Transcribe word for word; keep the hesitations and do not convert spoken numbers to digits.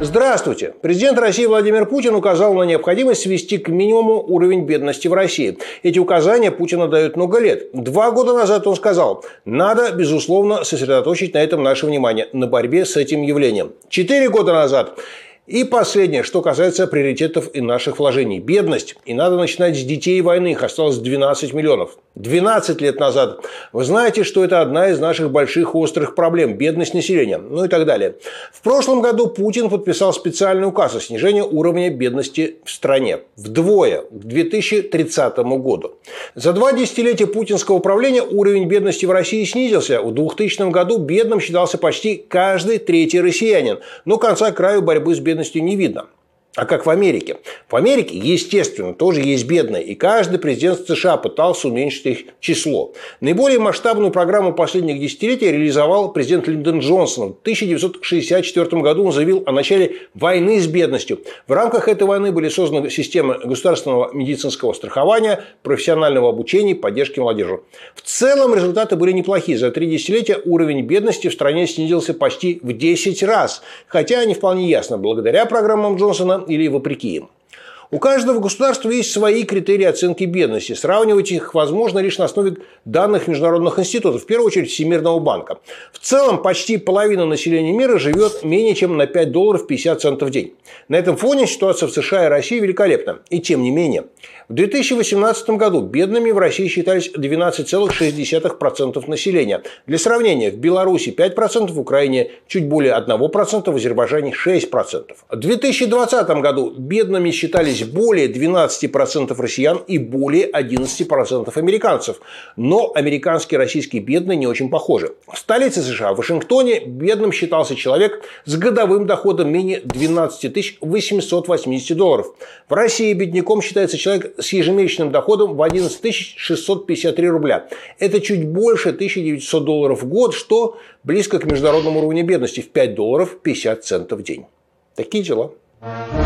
Здравствуйте! Президент России Владимир Путин указал на необходимость свести к минимуму уровень бедности в России. Эти указания Путин дает много лет. Два года назад он сказал, надо, безусловно, сосредоточить на этом наше внимание, на борьбе с этим явлением. Четыре года назад. И последнее, что касается приоритетов и наших вложений. Бедность. И надо начинать с детей войны. Их осталось двенадцать миллионов. двенадцать лет назад. Вы знаете, что это одна из наших больших острых проблем. Бедность населения. Ну и так далее. В прошлом году Путин подписал специальный указ о снижении уровня бедности в стране. Вдвое. К две тысячи тридцатому году. За два десятилетия путинского правления уровень бедности в России снизился. В двухтысячном году бедным считался почти каждый третий россиянин. Но конца краю борьбы с бедностью не видно. А как в Америке? В Америке, естественно, тоже есть бедные, и каждый президент США пытался уменьшить их число. Наиболее масштабную программу последних десятилетий реализовал президент Линдон Джонсон. В тысяча девятьсот шестьдесят четвёртом году он заявил о начале войны с бедностью. В рамках этой войны были созданы системы государственного медицинского страхования, профессионального обучения и поддержки молодежи. В целом результаты были неплохие. За три десятилетия уровень бедности в стране снизился почти в десять раз. Хотя не вполне ясно, благодаря программам Джонсона или вопреки им. У каждого государства есть свои критерии оценки бедности. Сравнивать их возможно лишь на основе данных международных институтов, в первую очередь Всемирного банка. В целом, почти половина населения мира живет менее чем на пять долларов пятьдесят центов в день. На этом фоне ситуация в США и России великолепна. И тем не менее, в две тысячи восемнадцатом году бедными в России считались двенадцать целых шесть десятых процента населения. Для сравнения, в Беларуси пять процентов, в Украине чуть более один процент, в Азербайджане шесть процентов. В две тысячи двадцатом году бедными считались более двенадцати процентов россиян и более одиннадцати процентов американцев. Но американские и российские бедные не очень похожи. В столице США, в Вашингтоне, бедным считался человек с годовым доходом менее двенадцати тысяч восьмисот восьмидесяти долларов. В России бедняком считается человек с ежемесячным доходом в одиннадцать тысяч шестьсот пятьдесят три рубля. Это чуть больше тысячи девятисот долларов в год, что близко к международному уровню бедности в пять долларов пятьдесят центов в день. Такие дела.